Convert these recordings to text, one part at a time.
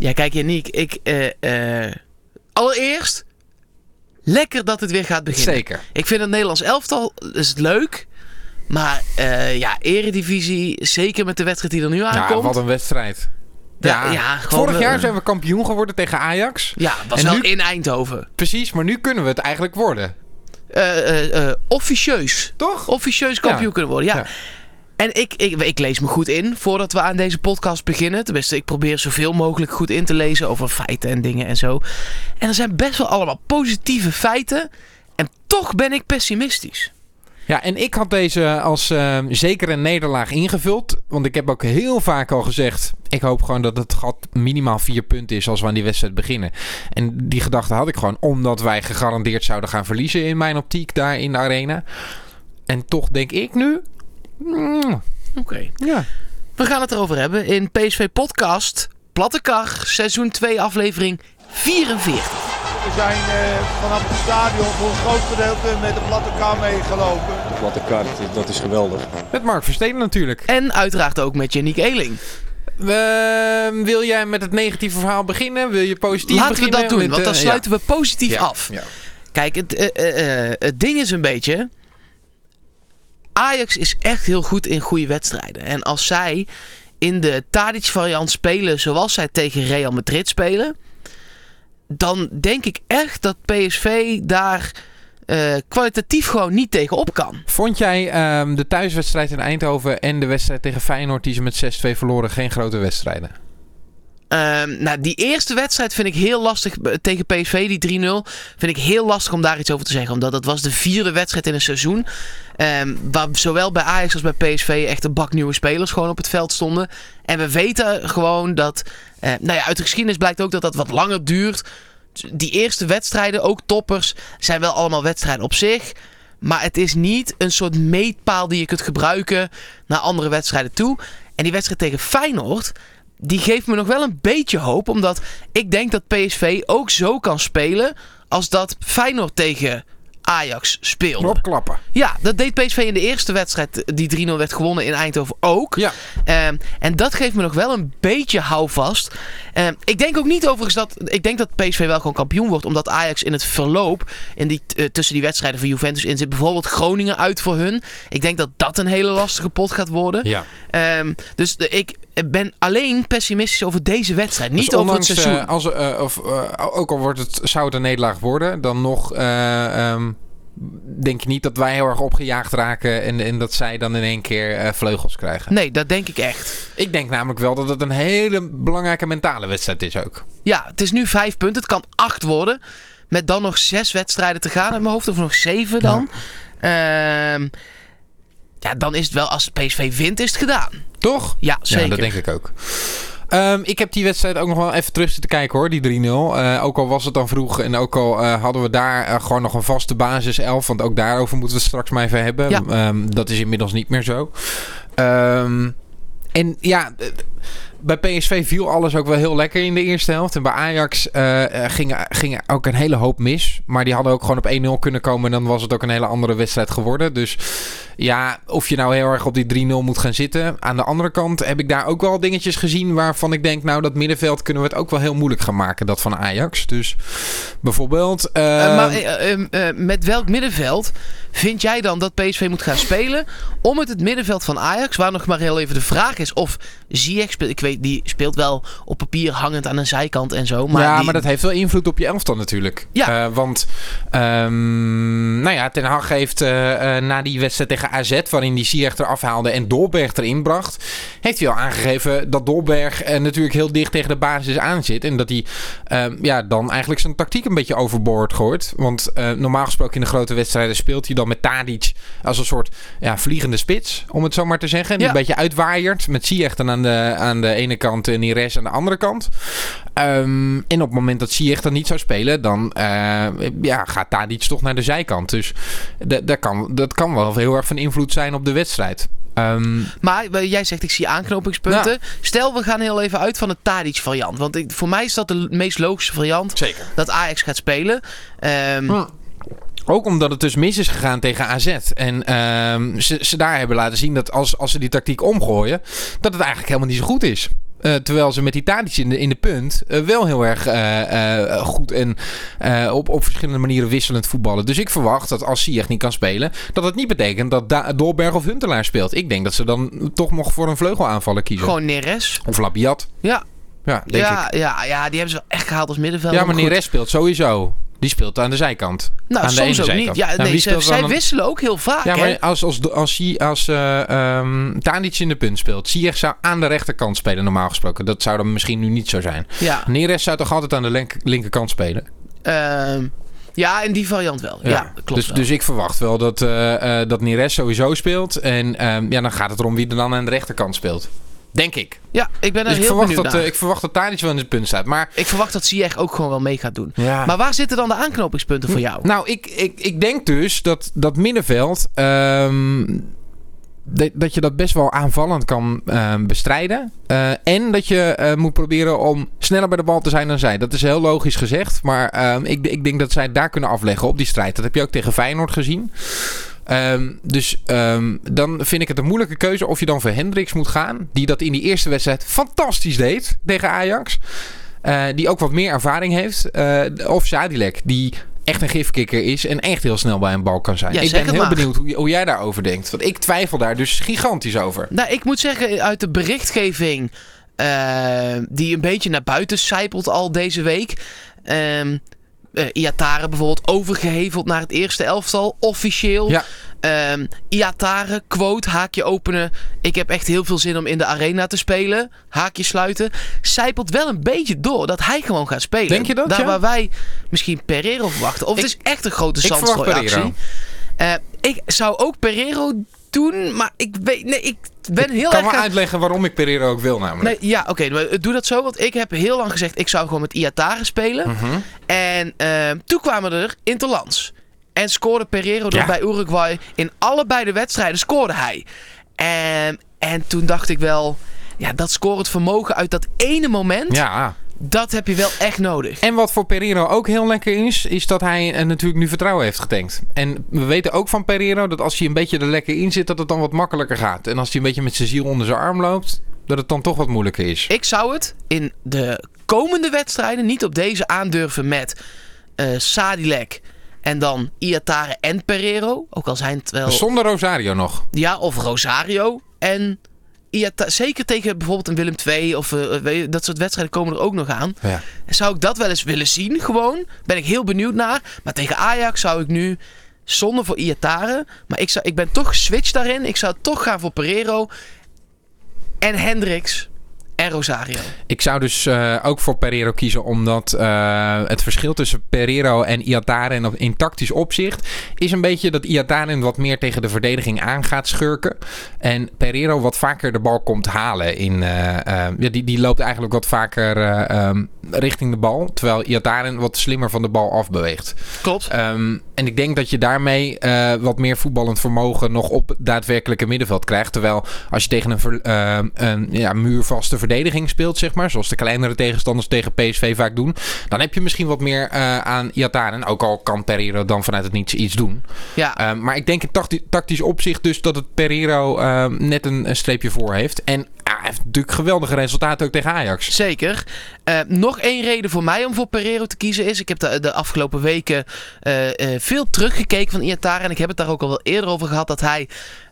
Ja, kijk Yannick, allereerst, lekker dat het weer gaat beginnen. Zeker. Ik vind het Nederlands elftal is leuk. Maar eredivisie, zeker met de wedstrijd die er nu aankomt. Ja, wat een wedstrijd. Vorig jaar zijn we kampioen geworden tegen Ajax. Ja, was en wel in Eindhoven. Precies, maar nu kunnen we het eigenlijk worden. Officieus. Toch? Officieus kampioen kunnen worden, ja. En ik lees me goed in voordat we aan deze podcast beginnen. Tenminste, ik probeer zoveel mogelijk goed in te lezen over feiten en dingen en zo. En er zijn best wel allemaal positieve feiten. En toch ben ik pessimistisch. Ja, en ik had deze als zeker een nederlaag ingevuld. Want ik heb ook heel vaak al gezegd... ik hoop gewoon dat het gat minimaal 4 punten is als we aan die wedstrijd beginnen. En die gedachte had ik gewoon... omdat wij gegarandeerd zouden gaan verliezen in mijn optiek daar in de arena. En toch denk ik nu... Oké. Ja. We gaan het erover hebben in PSV Podcast... Platte Kar, seizoen 2, aflevering 44. We zijn vanaf het stadion voor een groot gedeelte met de platte kar meegelopen. De platte kar, dat is geweldig. Met Mark Versteden natuurlijk. En uiteraard ook met Yannick Eeling. Wil jij met het negatieve verhaal beginnen? Wil je positief Laten beginnen? Laten we dat doen, want dan sluiten we positief af. Ja. Kijk, het ding is een beetje... Ajax is echt heel goed in goede wedstrijden. En als zij in de Tadic variant spelen zoals zij tegen Real Madrid spelen... dan denk ik echt dat PSV daar kwalitatief gewoon niet tegenop kan. Vond jij de thuiswedstrijd in Eindhoven en de wedstrijd tegen Feyenoord die ze met 6-2 verloren geen grote wedstrijden? Die eerste wedstrijd vind ik heel lastig tegen PSV, die 3-0. Vind ik heel lastig om daar iets over te zeggen. Omdat dat was de 4e wedstrijd in een seizoen. Waar zowel bij Ajax als bij PSV echt een bak nieuwe spelers gewoon op het veld stonden. En we weten gewoon dat... uit de geschiedenis blijkt ook dat dat wat langer duurt. Die eerste wedstrijden, ook toppers, zijn wel allemaal wedstrijden op zich. Maar het is niet een soort meetpaal die je kunt gebruiken naar andere wedstrijden toe. En die wedstrijd tegen Feyenoord... die geeft me nog wel een beetje hoop. Omdat ik denk dat PSV ook zo kan spelen als dat Feyenoord tegen Ajax speelde. Opklappen. Ja, dat deed PSV in de eerste wedstrijd die 3-0 werd gewonnen in Eindhoven ook. Ja. En dat geeft me nog wel een beetje houvast. Ik denk ook niet overigens ik denk dat PSV wel gewoon kampioen wordt. Omdat Ajax in het verloop tussen die wedstrijden van Juventus in zit. Bijvoorbeeld Groningen uit voor hun. Ik denk dat dat een hele lastige pot gaat worden. Ja. Dus ik ben alleen pessimistisch over deze wedstrijd. Niet over het seizoen. Ook al zou het een nederlaag worden, dan nog denk je niet dat wij heel erg opgejaagd raken en dat zij dan in één keer vleugels krijgen. Nee, dat denk ik echt. Ik denk namelijk wel dat het een hele belangrijke mentale wedstrijd is ook. Ja, het is nu 5 punten. Het kan 8 worden. Met dan nog 6 wedstrijden te gaan in mijn hoofd. Of nog 7 dan. Dan is het wel, als PSV wint, is het gedaan. Toch? Ja, zeker. Ja, dat denk ik ook. Ik heb die wedstrijd ook nog wel even terug zitten kijken hoor, die 3-0. Ook al was het dan vroeg en ook al hadden we daar gewoon nog een vaste basis 11. Want ook daarover moeten we het straks maar even hebben. Ja. Dat is inmiddels niet meer zo. Bij PSV viel alles ook wel heel lekker in de eerste helft. En bij Ajax ging ook een hele hoop mis. Maar die hadden ook gewoon op 1-0 kunnen komen. En dan was het ook een hele andere wedstrijd geworden. Dus ja, of je nou heel erg op die 3-0 moet gaan zitten. Aan de andere kant heb ik daar ook wel dingetjes gezien waarvan ik denk, nou, dat middenveld kunnen we het ook wel heel moeilijk gaan maken. Dat van Ajax. Dus bijvoorbeeld... met welk middenveld vind jij dan dat PSV moet gaan spelen om het middenveld van Ajax, waar nog maar heel even de vraag is of Ziyech speelt. Ik weet, die speelt wel op papier hangend aan een zijkant en zo. Maar maar dat heeft wel invloed op je elftal natuurlijk. Ja. Want Ten Hag heeft na die wedstrijd tegen AZ, waarin die Ziyech eraf haalde en Dolberg erin bracht, heeft hij al aangegeven dat Dolberg natuurlijk heel dicht tegen de basis aan zit. En dat hij dan eigenlijk zijn tactiek een beetje overboord gooit. Want normaal gesproken in de grote wedstrijden speelt hij dan met Tadic als een soort vliegende spits, om het zo maar te zeggen. Die een beetje uitwaaiert. Met Ziyech dan aan de ene kant en Neres aan de andere kant. En op het moment dat Ziyech dan niet zou spelen, dan gaat Tadic toch naar de zijkant. Dus dat kan wel heel erg van invloed zijn op de wedstrijd. Maar jij zegt, ik zie aanknopingspunten. Ja. Stel, we gaan heel even uit van de Tadic variant. Want voor mij is dat de meest logische variant. Zeker. Dat Ajax gaat spelen. Ook omdat het dus mis is gegaan tegen AZ. En ze daar hebben laten zien dat als ze die tactiek omgooien, dat het eigenlijk helemaal niet zo goed is. terwijl ze met die Tadic in de punt wel heel erg goed en op verschillende manieren wisselend voetballen. Dus ik verwacht dat als Ziyech niet kan spelen, dat het niet betekent dat Dolberg of Huntelaar speelt. Ik denk dat ze dan toch nog voor een vleugelaanvaller kiezen. Gewoon Neres. Of Labiat. Ja. Ja, denk ik. Ja, die hebben ze wel echt gehaald als middenvelder. Ja, maar Neres speelt sowieso. Die speelt aan de zijkant. Nou, aan de soms ene ook zijkant. niet. Ja, Nou, nee, zij dan... wisselen ook heel vaak. Ja, maar hè? als Tadic in de punt speelt, Ziyech zou aan de rechterkant spelen normaal gesproken. Dat zou dan misschien nu niet zo zijn. Ja. Neres zou toch altijd aan de linkerkant spelen? Ja, in die variant wel. Ja, klopt. Dus ik verwacht wel dat Neres sowieso speelt. En dan gaat het erom wie er dan aan de rechterkant speelt. Denk ik. Ja, ik ben er Dus heel benieuwd naar. Ik verwacht dat Tadic wel in het punt staat. Maar ik verwacht dat Ziyech ook gewoon wel mee gaat doen. Ja. Maar waar zitten dan de aanknopingspunten voor jou? Nou, ik denk dus dat middenveld... dat je dat best wel aanvallend kan bestrijden. En dat je moet proberen om sneller bij de bal te zijn dan zij. Dat is heel logisch gezegd. Maar ik denk dat zij het daar kunnen afleggen op die strijd. Dat heb je ook tegen Feyenoord gezien. Dan vind ik het een moeilijke keuze of je dan voor Hendricks moet gaan. Die dat in die eerste wedstrijd fantastisch deed tegen Ajax. Die ook wat meer ervaring heeft. Of Sadilek, die echt een gifkikker is en echt heel snel bij een bal kan zijn. Ja, ik ben heel benieuwd hoe jij daarover denkt. Want ik twijfel daar dus gigantisch over. Nou, ik moet zeggen, uit de berichtgeving die een beetje naar buiten sijpelt al deze week. Iatare bijvoorbeeld overgeheveld naar het eerste elftal, officieel. Ja. Iatare, quote, haakje openen. Ik heb echt heel veel zin om in de arena te spelen. Haakje sluiten. Sijpelt wel een beetje door dat hij gewoon gaat spelen. Denk je dat? Daar ja? waar wij misschien Pereiro verwachten. Of het is echt een grote zandstrooiactie. Ik zou ook Pereiro doen, maar ik weet... Nee, ik ben heel erg... Ik kan wel uitleggen waarom ik Pereiro ook wil namelijk. Nee, ja, oké, doe dat zo. Want ik heb heel lang gezegd, ik zou gewoon met Iatare spelen. Mhm. En toen kwamen er interlands. En scoorde Pereiro door bij Uruguay. In allebei de wedstrijden scoorde hij. En toen dacht ik wel... Ja, dat scorend vermogen uit dat ene moment... Ja. Dat heb je wel echt nodig. En wat voor Pereiro ook heel lekker is dat hij natuurlijk nu vertrouwen heeft getankt. En we weten ook van Pereiro dat als hij een beetje er lekker in zit, dat het dan wat makkelijker gaat. En als hij een beetje met zijn ziel onder zijn arm loopt, dat het dan toch wat moeilijker is. Ik zou het in de komende wedstrijden niet op deze aandurven met Sadilek en dan Iatare en Pereiro. Ook al zijn het wel... Zonder Rosario nog. Ja, of Rosario en... zeker tegen bijvoorbeeld een Willem II of dat soort wedstrijden komen er ook nog aan. Ja. Zou ik dat wel eens willen zien gewoon. Ben ik heel benieuwd naar. Maar tegen Ajax zou ik nu zonder voor Iatare. Maar ik ben toch geswitcht daarin. Ik zou toch gaan voor Pereiro en Hendricks en Rosario. Ik zou dus ook voor Pereiro kiezen, omdat het verschil tussen Pereiro en Iatare in tactisch opzicht is een beetje dat Iatare wat meer tegen de verdediging aan gaat schurken. En Pereiro wat vaker de bal komt halen. Die loopt eigenlijk wat vaker richting de bal, terwijl Iatare wat slimmer van de bal afbeweegt. Klopt. En ik denk dat je daarmee wat meer voetballend vermogen nog op het daadwerkelijke middenveld krijgt. Terwijl als je tegen een muurvaste verdediging speelt, zeg maar, zoals de kleinere tegenstanders tegen PSV vaak doen, dan heb je misschien wat meer aan Iatare. En ook al kan Pereiro dan vanuit het niets iets doen. Ja. Maar ik denk in tactisch opzicht dus dat het Pereiro net een streepje voor heeft. En hij heeft natuurlijk geweldige resultaten ook tegen Ajax. Zeker. Nog één reden voor mij om voor Pereiro te kiezen is... Ik heb de afgelopen weken veel teruggekeken van Iatare. En ik heb het daar ook al wel eerder over gehad dat hij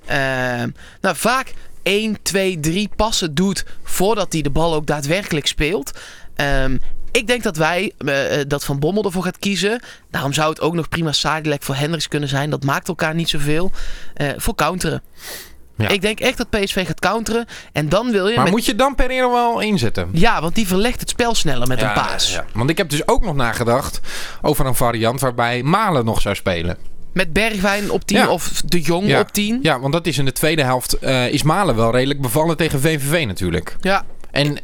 vaak 1, 2, 3 passen doet voordat hij de bal ook daadwerkelijk speelt. Ik denk dat dat Van Bommel ervoor gaat kiezen. Daarom zou het ook nog prima Sadilek voor Hendricks kunnen zijn. Dat maakt elkaar niet zoveel. Voor counteren. Ja. Ik denk echt dat PSV gaat counteren. En dan wil je... Maar moet je dan Pereiro wel inzetten? Ja, want die verlegt het spel sneller met een paas. Ja. Want ik heb dus ook nog nagedacht over een variant waarbij Malen nog zou spelen. Met Bergwijn op 10 of De Jong op 10. Ja, want dat is in de tweede helft... is Malen wel redelijk bevallen tegen VVV natuurlijk. Ja. En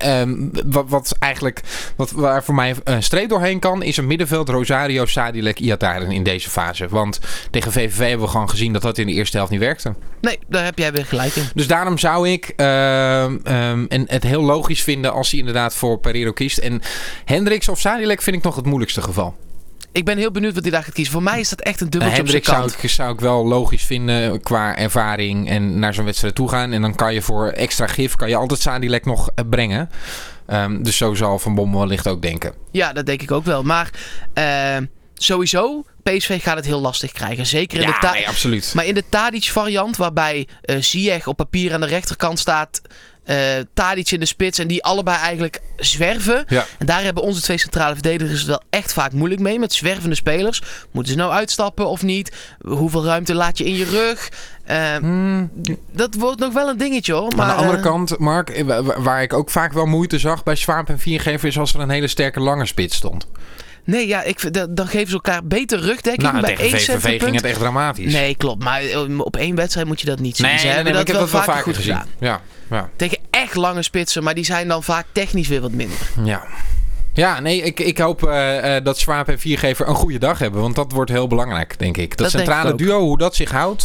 waar voor mij een streep doorheen kan, is een middenveld Rosario, Sadilek, Iatare in deze fase. Want tegen VVV hebben we gewoon gezien dat in de eerste helft niet werkte. Nee, daar heb jij weer gelijk in. Dus daarom zou ik het heel logisch vinden als hij inderdaad voor Pereiro kiest. En Hendricks of Sadilek vind ik nog het moeilijkste geval. ik ben heel benieuwd wat hij daar gaat kiezen. Voor mij is dat echt een dubbeltje op zijn Hendrik kant. zou ik wel logisch vinden qua ervaring en naar zo'n wedstrijd toe gaan. En dan kan je voor extra gif altijd Sadilek nog brengen. Dus zo zal Van Bommel wellicht ook denken. Ja, dat denk ik ook wel. Maar sowieso, PSV gaat het heel lastig krijgen. Zeker in Nee, absoluut. Maar in de Tadic variant, waarbij Ziyech op papier aan de rechterkant staat, Tadic in de spits en die allebei eigenlijk zwerven. Ja. En daar hebben onze 2 centrale verdedigers het wel echt vaak moeilijk mee. Met zwervende spelers. Moeten ze nou uitstappen of niet? Hoeveel ruimte laat je in je rug? Dat wordt nog wel een dingetje hoor. Maar, aan de andere kant, Mark, waar ik ook vaak wel moeite zag bij Swaap en Viergever is als er een hele sterke lange spits stond. Nee, ja, dan geven ze elkaar beter rugdekking. Nou, bij tegen 1 VVV ging het echt dramatisch. Nee, klopt. Maar op 1 wedstrijd moet je dat niet zien. Nee, Ze hebben dat ik heb wel dat wel vaker vaker goed gezien. gedaan. Ja. Tegen echt lange spitsen, maar die zijn dan vaak technisch weer wat minder. Ja, nee, ik hoop dat Swaap en Viergever een goede dag hebben. Want dat wordt heel belangrijk, denk ik. Dat centrale denk ik duo, hoe dat zich houdt,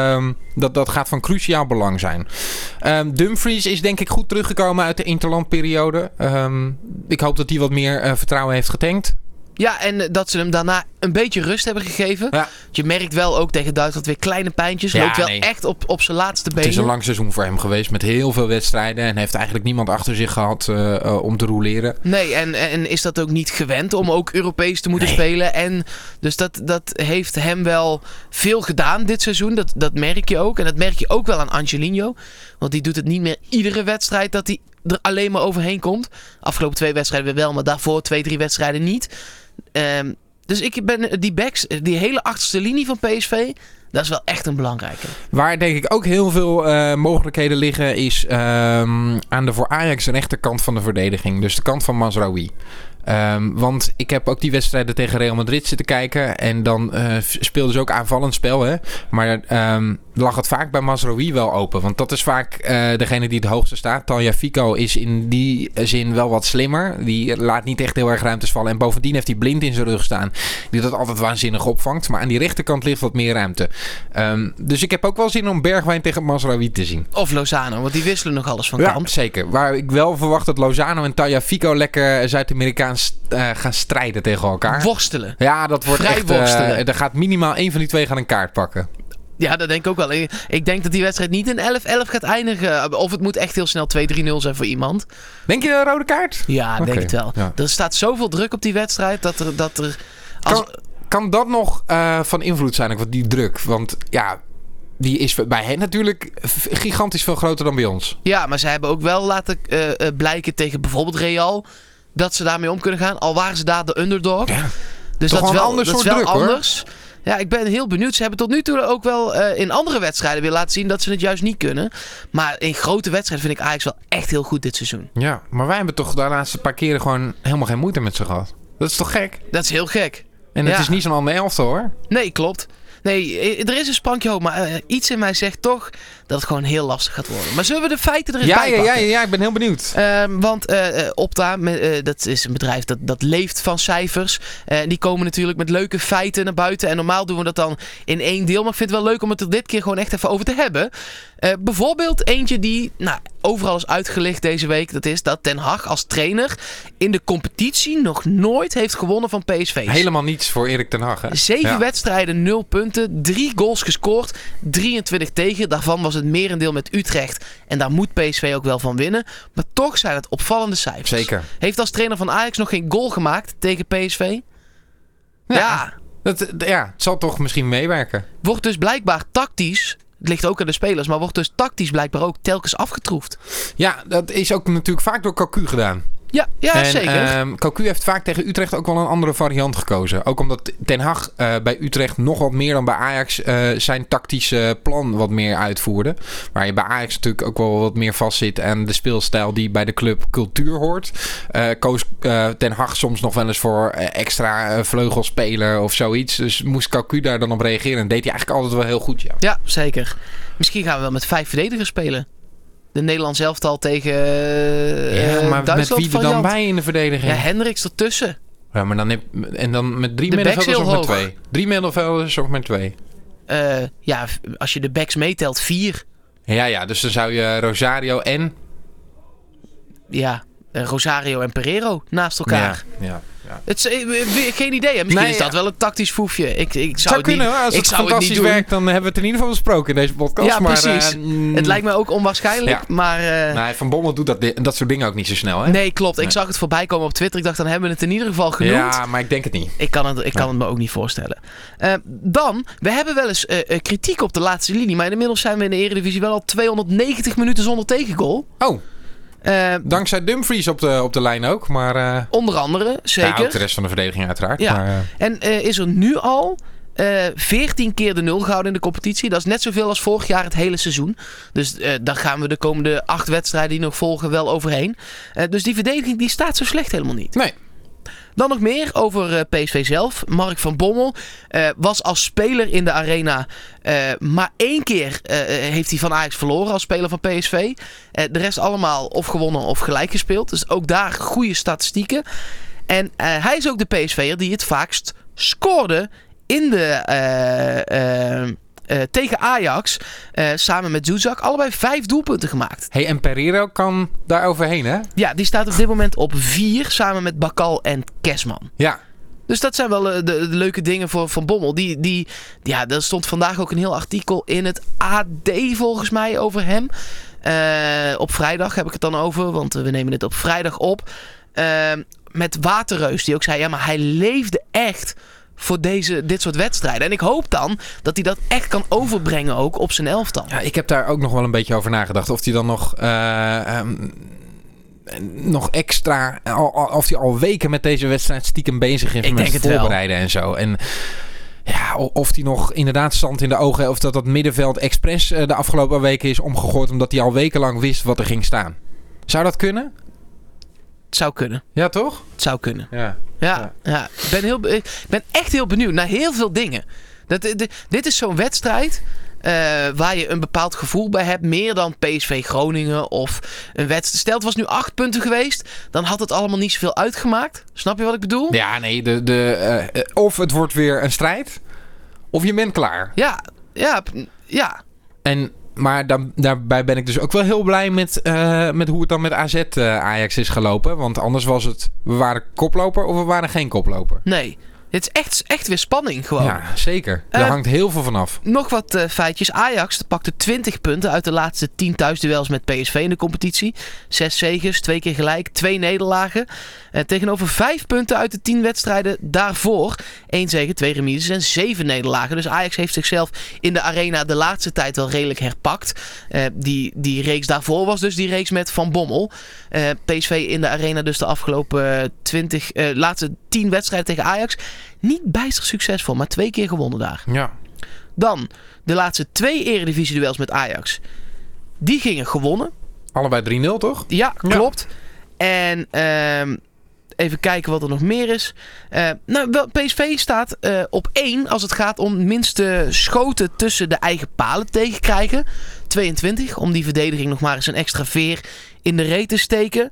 dat gaat van cruciaal belang zijn. Dumfries is denk ik goed teruggekomen uit de interlandperiode. Ik hoop dat hij wat meer vertrouwen heeft getankt. Ja, en dat ze hem daarna een beetje rust hebben gegeven. Ja. Je merkt wel ook tegen Duitsland weer kleine pijntjes. Ja, Loopt wel nee. echt op zijn laatste benen. Het is een lang seizoen voor hem geweest met heel veel wedstrijden. En heeft eigenlijk niemand achter zich gehad om te roleren. Nee, en is dat ook niet gewend om ook Europees te moeten spelen. En dus dat heeft hem wel veel gedaan dit seizoen. Dat merk je ook. En dat merk je ook wel aan Angelino. Want die doet het niet meer iedere wedstrijd dat hij er alleen maar overheen komt. Afgelopen 2 wedstrijden weer wel, maar daarvoor 2-3 wedstrijden niet. Dus ik ben die backs, die hele achterste linie van PSV, dat is wel echt een belangrijke. Waar denk ik ook heel veel mogelijkheden liggen is aan de voor Ajax rechterkant van de verdediging. Dus de kant van Mazraoui. Want ik heb ook die wedstrijden tegen Real Madrid zitten kijken. En dan speelden ze ook aanvallend spel. Hè? Maar lag het vaak bij Mazraoui wel open. Want dat is vaak degene die het hoogste staat. Tagliafico is in die zin wel wat slimmer. Die laat niet echt heel erg ruimtes vallen. En bovendien heeft hij Blind in zijn rug staan. Die dat altijd waanzinnig opvangt. Maar aan die rechterkant ligt wat meer ruimte. Dus ik heb ook wel zin om Bergwijn tegen Mazraoui te zien. Of Lozano, want die wisselen nog alles van Ja, kant. zeker. Waar ik wel verwacht dat Lozano en Tagliafico lekker Zuid-Amerikaans gaan strijden tegen elkaar. Worstelen. Ja, dat wordt Vrij echt... worstelen. Er gaat minimaal 1 van die 2 gaan een kaart pakken. Ja, dat denk ik ook wel. Ik denk dat die wedstrijd niet in 11-11 gaat eindigen. Of het moet echt heel snel 2-3-0 zijn voor iemand. Denk je een rode kaart? Ja, ik denk Oké, het wel. ja. Er staat zoveel druk op die wedstrijd dat er Kan dat nog van invloed zijn, ook die druk? Want ja, die is bij hen natuurlijk gigantisch veel groter dan bij ons. Ja, maar ze hebben ook wel laten blijken tegen bijvoorbeeld Real dat ze daarmee om kunnen gaan. Al waren ze daar de underdog. Ja. Dus Toch dat is wel wel een ander dat is soort wel druk, hoor. anders. Ja, ik ben heel benieuwd. Ze hebben tot nu toe ook wel in andere wedstrijden weer laten zien dat ze het juist niet kunnen. Maar in grote wedstrijden vind ik Ajax wel echt heel goed dit seizoen. Ja, maar wij hebben toch de laatste paar keren gewoon helemaal geen moeite met ze gehad. Dat is toch gek? Dat is heel gek. En het Ja. is niet zo'n ander elftal, hoor. Nee, klopt. Nee, er is een sprankje hoop, maar iets in mij zegt toch dat het gewoon heel lastig gaat worden. Maar zullen we de feiten er eens bij pakken? Ja, ik ben heel benieuwd. Want Opta, dat is een bedrijf dat leeft van cijfers. Die komen natuurlijk met leuke feiten naar buiten. En normaal doen we dat dan in 1 deel. Maar ik vind het wel leuk om het er dit keer gewoon echt even over te hebben. Bijvoorbeeld eentje die overal is uitgelicht deze week. Dat is dat Ten Hag als trainer in de competitie nog nooit heeft gewonnen van PSV. Helemaal niets voor Erik ten Hag, hè? 7 wedstrijden, 0 punten, 3 goals gescoord, 23 tegen. Daarvan was het merendeel met Utrecht. En daar moet PSV ook wel van winnen. Maar toch zijn het opvallende cijfers. Zeker. Heeft als trainer van Ajax nog geen goal gemaakt tegen PSV? Ja. Het zal toch misschien meewerken. Wordt dus blijkbaar tactisch, het ligt ook aan de spelers, maar wordt dus tactisch blijkbaar ook telkens afgetroefd. Ja, dat is ook natuurlijk vaak door Cocu gedaan. Ja, En, zeker. Cocu heeft vaak tegen Utrecht ook wel een andere variant gekozen. Ook omdat Ten Hag bij Utrecht nog wat meer dan bij Ajax zijn tactische plan wat meer uitvoerde. Waar je bij Ajax natuurlijk ook wel wat meer vastzit aan de speelstijl die bij de club cultuur hoort. Koos Ten Hag soms nog wel eens voor extra vleugelspeler of zoiets. Dus moest Cocu daar dan op reageren. En deed hij eigenlijk altijd wel heel goed, ja. Ja, zeker. Misschien gaan we wel met 5 verdedigers spelen. De Nederlands elftal tegen maar Duitsland met wie er dan variant. bij in de verdediging? Ja, Hendricks ertussen. Ja, maar dan en dan met 3 De backs middenvelders of heel met hoog. 2? 3 middenvelders of met 2? Ja, als je de backs meetelt, 4. Ja, dus dan zou je Rosario en... Ja, Rosario en Pereiro naast elkaar. Ja. Het is, geen idee. Hè? Misschien is dat wel een tactisch foefje. Ik zou het kunnen. niet, Als het fantastisch niet doen. werkt, dan hebben we het in ieder geval besproken in deze podcast. Ja, maar, precies. Het lijkt mij ook onwaarschijnlijk. Ja. Maar, nee, Van Bommel doet dat soort dingen ook niet zo snel. Hè? Nee, klopt. Nee. Ik zag het voorbij komen op Twitter. Ik dacht, dan hebben we het in ieder geval genoemd. Ja, maar ik denk het niet. Ik kan het me ook niet voorstellen. We hebben wel eens kritiek op de laatste linie. Maar inmiddels zijn we in de Eredivisie wel al 290 minuten zonder tegengoal. Oh, dankzij Dumfries op de lijn ook. Maar, onder andere, zeker. Ja, ook de rest van de verdediging uiteraard. Ja. Maar, En is er nu al 14 keer de 0 gehouden in de competitie. Dat is net zoveel als vorig jaar het hele seizoen. Dus daar gaan we de komende 8 wedstrijden die nog volgen wel overheen. Dus die verdediging die staat zo slecht helemaal niet. nee. Dan nog meer over PSV zelf. Mark van Bommel was als speler in de arena maar 1 keer heeft hij van Ajax verloren als speler van PSV. De rest allemaal of gewonnen of gelijk gespeeld. Dus ook daar goede statistieken. En hij is ook de PSV'er die het vaakst scoorde in de... tegen Ajax, samen met Zuzak, allebei 5 doelpunten gemaakt. Hey, en Pereiro kan daar overheen, hè? Ja, die staat op dit moment op 4, samen met Bakal en Kesman. Ja. Dus dat zijn wel de leuke dingen voor Van Bommel. Er stond vandaag ook een heel artikel in het AD volgens mij over hem. Op vrijdag heb ik het dan over, want we nemen dit op vrijdag op. Met Waterreus, die ook zei, ja, maar hij leefde echt voor dit soort wedstrijden. En ik hoop dan dat hij dat echt kan overbrengen ook op zijn elftal. Ja, ik heb daar ook nog wel een beetje over nagedacht. Of hij dan nog extra... Of hij al weken met deze wedstrijd stiekem bezig is met het voorbereiden en zo. En ja, of hij nog inderdaad zand in de ogen... Of dat middenveld expres de afgelopen weken is omgegooid... omdat hij al wekenlang wist wat er ging staan. Zou dat kunnen? Het zou kunnen. Ja, toch? Het zou kunnen. Ja. Ja. Ik ben echt heel benieuwd naar heel veel dingen. Dit is zo'n wedstrijd waar je een bepaald gevoel bij hebt. Meer dan PSV Groningen of een wedstrijd. Stel het was nu 8 punten geweest. Dan had het allemaal niet zoveel uitgemaakt. Snap je wat ik bedoel? Ja, nee. Of het wordt weer een strijd. Of je bent klaar. Ja. Maar daarbij ben ik dus ook wel heel blij met hoe het dan met AZ Ajax is gelopen. Want anders was het, we waren koploper of we waren geen koploper. Nee, het is echt weer spanning gewoon. Ja, zeker. Daar hangt heel veel van af. Nog wat feitjes. Ajax pakte 20 punten uit de laatste 10 thuisduels met PSV in de competitie. 6 zeges, 2 keer gelijk, 2 nederlagen. Tegenover 5 punten uit de 10 wedstrijden daarvoor. 1 zege, 2 remises en 7 nederlagen. Dus Ajax heeft zichzelf in de arena de laatste tijd wel redelijk herpakt. Die reeks daarvoor was dus die reeks met Van Bommel. PSV in de arena dus de afgelopen laatste 10 wedstrijden tegen Ajax. Niet bijster succesvol, maar 2 keer gewonnen daar. Ja. Dan de laatste 2 eredivisie-duels met Ajax. Die gingen gewonnen. Allebei 3-0, toch? Ja, klopt. En even kijken wat er nog meer is. PSV staat op 1 als het gaat om minste schoten tussen de eigen palen tegenkrijgen. 22, om die verdediging nog maar eens een extra veer in de reet te steken.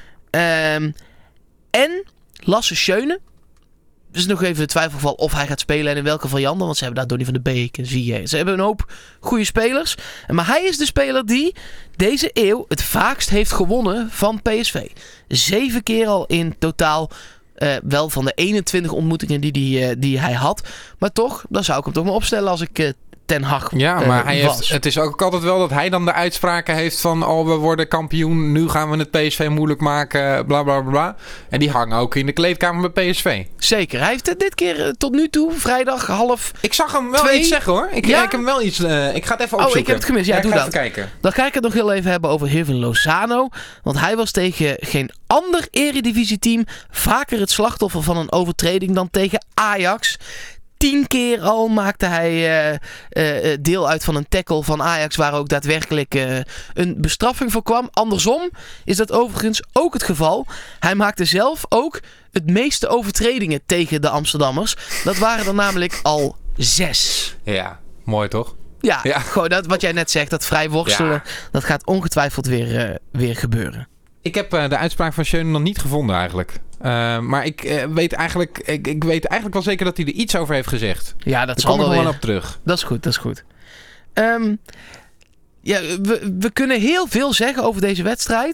En Lasse Schöne. Dus nog even de twijfelgeval of hij gaat spelen en in welke variant. Want ze hebben daar Donny van de Beek en Ziyech. Ze hebben een hoop goede spelers. Maar hij is de speler die deze eeuw het vaakst heeft gewonnen van PSV. 7 keer al in totaal. Wel van de 21 ontmoetingen die hij had. Maar toch, dan zou ik hem toch maar opstellen als ik Ten Hag maar was. Het is ook altijd wel dat hij dan de uitspraken heeft van... we worden kampioen, nu gaan we het PSV moeilijk maken, bla bla bla. En die hangen ook in de kleedkamer bij PSV. Zeker. Hij heeft dit keer tot nu toe, vrijdag, half... Ik zag hem wel iets zeggen, hoor. Ik heb hem wel iets... ik ga het even opzoeken. Oh, ik heb het gemist. Ja, doe dat. Even kijken. Dan ga ik het nog heel even hebben over Hirving Lozano. Want hij was tegen geen ander eredivisieteam vaker het slachtoffer van een overtreding dan tegen Ajax. 10 keer al maakte hij deel uit van een tackle van Ajax... waar ook daadwerkelijk een bestraffing voor kwam. Andersom is dat overigens ook het geval. Hij maakte zelf ook het meeste overtredingen tegen de Amsterdammers. Dat waren er namelijk al 6. Ja, mooi toch? Ja. Gewoon dat, wat jij net zegt, dat vrij worstelen... dat gaat ongetwijfeld weer gebeuren. Ik heb de uitspraak van Schöne nog niet gevonden eigenlijk. Maar ik weet eigenlijk wel zeker dat hij er iets over heeft gezegd. Ja, dat zal er wel wel op terug. Dat is goed. We kunnen heel veel zeggen over deze wedstrijd.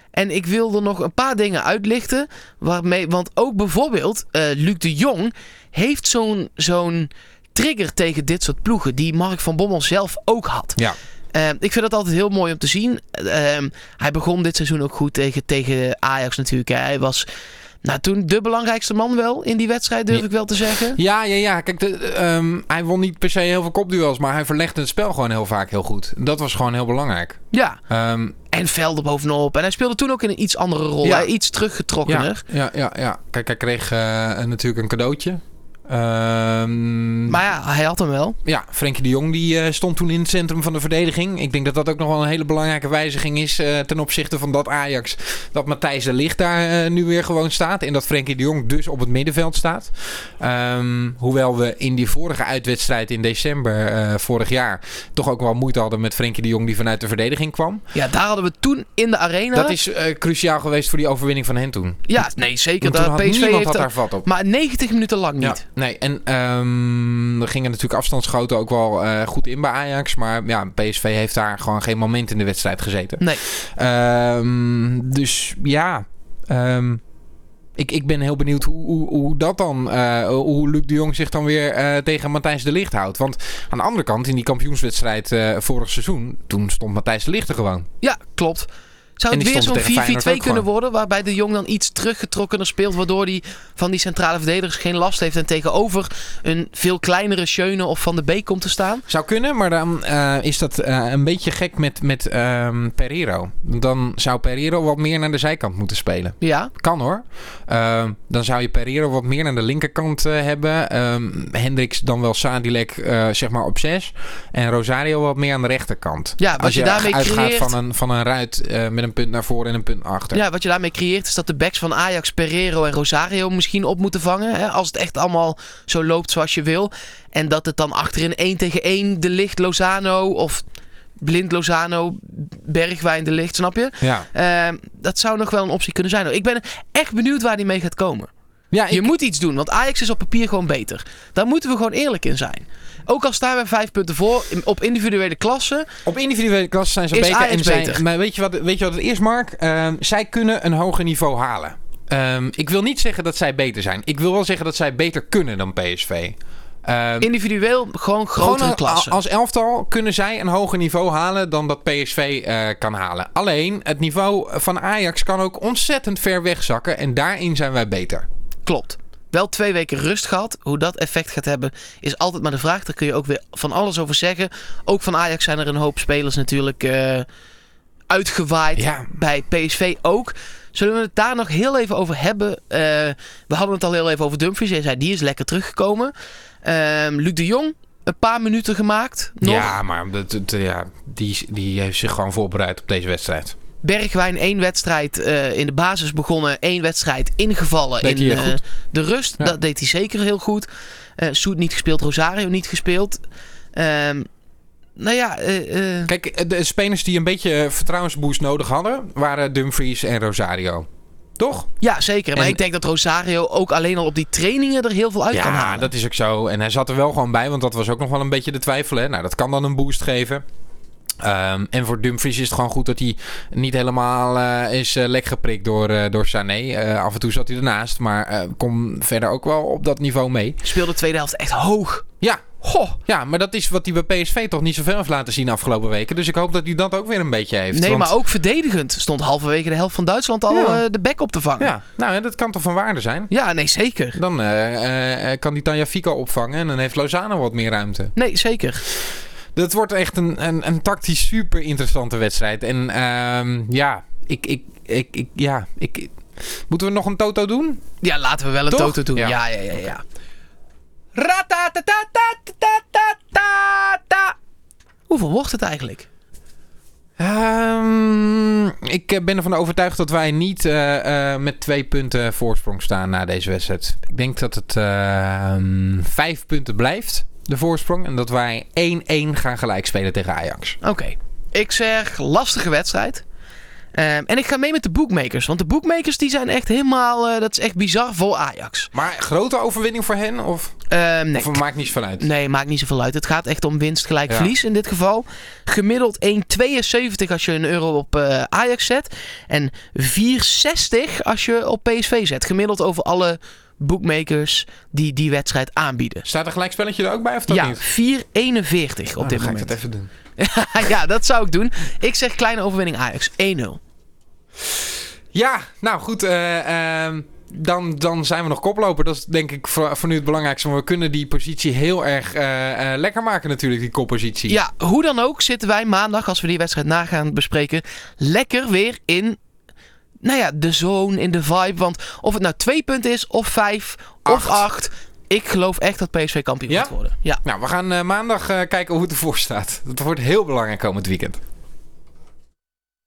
En ik wil er nog een paar dingen uitlichten. Want ook bijvoorbeeld Luc de Jong heeft zo'n trigger tegen dit soort ploegen. Die Mark van Bommel zelf ook had. Ja. Ik vind dat altijd heel mooi om te zien. Hij begon dit seizoen ook goed tegen Ajax natuurlijk. Hè. Hij was toen de belangrijkste man wel in die wedstrijd, durf ik wel te zeggen. Ja. Kijk, hij won niet per se heel veel kopduels, maar hij verlegde het spel gewoon heel vaak heel goed. Dat was gewoon heel belangrijk. Ja. En velden bovenop. En hij speelde toen ook in een iets andere rol. Ja. Hè? Iets teruggetrokkener. Ja. Kijk, hij kreeg natuurlijk een cadeautje. Maar ja, hij had hem wel. Ja, Frenkie de Jong die stond toen in het centrum van de verdediging. Ik denk dat dat ook nog wel een hele belangrijke wijziging is ten opzichte van dat Ajax. Dat Matthijs de Ligt daar nu weer gewoon staat. En dat Frenkie de Jong dus op het middenveld staat. Hoewel we in die vorige uitwedstrijd in december vorig jaar toch ook wel moeite hadden met Frenkie de Jong die vanuit de verdediging kwam. Ja, daar hadden we toen in de arena. Dat is cruciaal geweest voor die overwinning van hen toen. Ja, nee, zeker. Niemand had daar vat op. Maar 90 minuten lang niet. Ja. Nee, en er gingen natuurlijk afstandsschoten ook wel goed in bij Ajax. Maar ja, PSV heeft daar gewoon geen moment in de wedstrijd gezeten. Nee. Dus ja, ik ben heel benieuwd hoe dat dan, hoe Luc de Jong zich dan weer tegen Matthijs de Ligt houdt. Want aan de andere kant, in die kampioenswedstrijd vorig seizoen, toen stond Matthijs de Ligt er gewoon. Ja, klopt. Zou het weer zo'n 4-4-2 kunnen worden, waarbij de Jong dan iets teruggetrokkener speelt, waardoor hij van die centrale verdedigers geen last heeft en tegenover een veel kleinere Schöne of Van de Beek komt te staan? Zou kunnen, maar dan is dat een beetje gek met Pereiro. Dan zou Pereiro wat meer naar de zijkant moeten spelen. Ja. Kan hoor. Dan zou je Pereiro wat meer naar de linkerkant hebben. Hendricks dan wel Sadilek zeg maar op 6. En Rosario wat meer aan de rechterkant. Ja, wat als je daarmee uitgaat creëert van een ruit met een punt naar voren en een punt naar achter. Ja, wat je daarmee creëert is dat de backs van Ajax, Pereiro en Rosario misschien op moeten vangen. Hè, als het echt allemaal zo loopt zoals je wil. En dat het dan achterin 1 tegen 1 de Ligt Lozano of Blind Lozano, Bergwijn de Ligt, snap je? Ja. Dat zou nog wel een optie kunnen zijn. Ik ben echt benieuwd waar die mee gaat komen. Ja, Je moet iets doen, want Ajax is op papier gewoon beter. Daar moeten we gewoon eerlijk in zijn. Ook al staan we 5 punten voor op individuele klassen. Op individuele klassen zijn ze beter. Ajax beter. Maar weet je wat het is, Mark? Zij kunnen een hoger niveau halen. Ik wil niet zeggen dat zij beter zijn. Ik wil wel zeggen dat zij beter kunnen dan PSV. Individueel gewoon grotere klassen. Als elftal kunnen zij een hoger niveau halen dan dat PSV kan halen. Alleen het niveau van Ajax kan ook ontzettend ver wegzakken. En daarin zijn wij beter. Klopt. Wel 2 weken rust gehad. Hoe dat effect gaat hebben is altijd maar de vraag. Daar kun je ook weer van alles over zeggen. Ook van Ajax zijn er een hoop spelers natuurlijk uitgewaaid. Ja. Bij PSV ook. Zullen we het daar nog heel even over hebben? We hadden het al heel even over Dumfries. Hij zei, die is lekker teruggekomen. Luc de Jong, een paar minuten gemaakt. Nog. Ja, maar die heeft zich gewoon voorbereid op deze wedstrijd. Bergwijn 1 wedstrijd in de basis begonnen. 1 wedstrijd ingevallen in de rust. Ja. Dat deed hij zeker heel goed. Soet niet gespeeld, Rosario niet gespeeld. Kijk, de spelers die een beetje vertrouwensboost nodig hadden, waren Dumfries en Rosario. Toch? Ja, zeker. Maar ik denk dat Rosario ook alleen al op die trainingen er heel veel uit kan halen. Ja, dat is ook zo. En hij zat er wel gewoon bij, want dat was ook nog wel een beetje de twijfel. Hè? Nou, dat kan dan een boost geven. En voor Dumfries is het gewoon goed dat hij niet helemaal is lek geprikt door Sané. Af en toe zat hij ernaast, maar kom verder ook wel op dat niveau mee. Speelde de tweede helft echt hoog. Ja. Goh. Ja, maar dat is wat hij bij PSV toch niet zoveel heeft laten zien de afgelopen weken. Dus ik hoop dat hij dat ook weer een beetje heeft. Nee, maar ook verdedigend. Stond halverwege de helft van Duitsland al de bek op te vangen. Ja, nou, dat kan toch van waarde zijn? Ja, nee, zeker. Dan kan die Tanja Fico opvangen en dan heeft Lozano wat meer ruimte. Nee, zeker. Dat wordt echt een tactisch super interessante wedstrijd. En moeten we nog een toto doen? Ja, laten we wel een toto doen. Ja. Hoeveel wordt het eigenlijk? Ik ben ervan overtuigd dat wij niet met 2 punten voorsprong staan na deze wedstrijd. Ik denk dat het 5 punten blijft, de voorsprong. En dat wij 1-1 gaan gelijk spelen tegen Ajax. Oké. Ik zeg lastige wedstrijd. En ik ga mee met de bookmakers. Want de bookmakers die zijn echt helemaal... dat is echt bizar vol Ajax. Maar grote overwinning voor hen? Of Nee. maakt niet zoveel uit? Nee, maakt niet zoveel uit. Het gaat echt om winst gelijk verlies in dit geval. Gemiddeld 1,72 als je een euro op Ajax zet. En 4,60 als je op PSV zet. Gemiddeld over alle bookmakers die wedstrijd aanbieden. Staat er gelijk spelletje er ook bij of dat niet? 4,41 op dit ga ik moment. dat even doen. Ja, dat zou ik doen. Ik zeg kleine overwinning Ajax. 1-0. Ja, nou goed. Dan zijn we nog koploper. Dat is denk ik voor nu het belangrijkste. Maar we kunnen die positie heel erg lekker maken natuurlijk, die koppositie. Ja, hoe dan ook zitten wij maandag, als we die wedstrijd na gaan bespreken, lekker weer in de zone, in de vibe. Want of het nou 2 punten is, of 5, of 8... Ik geloof echt dat PSV kampioen gaat worden. Ja. Nou, we gaan maandag kijken hoe het ervoor staat. Dat wordt heel belangrijk komend weekend.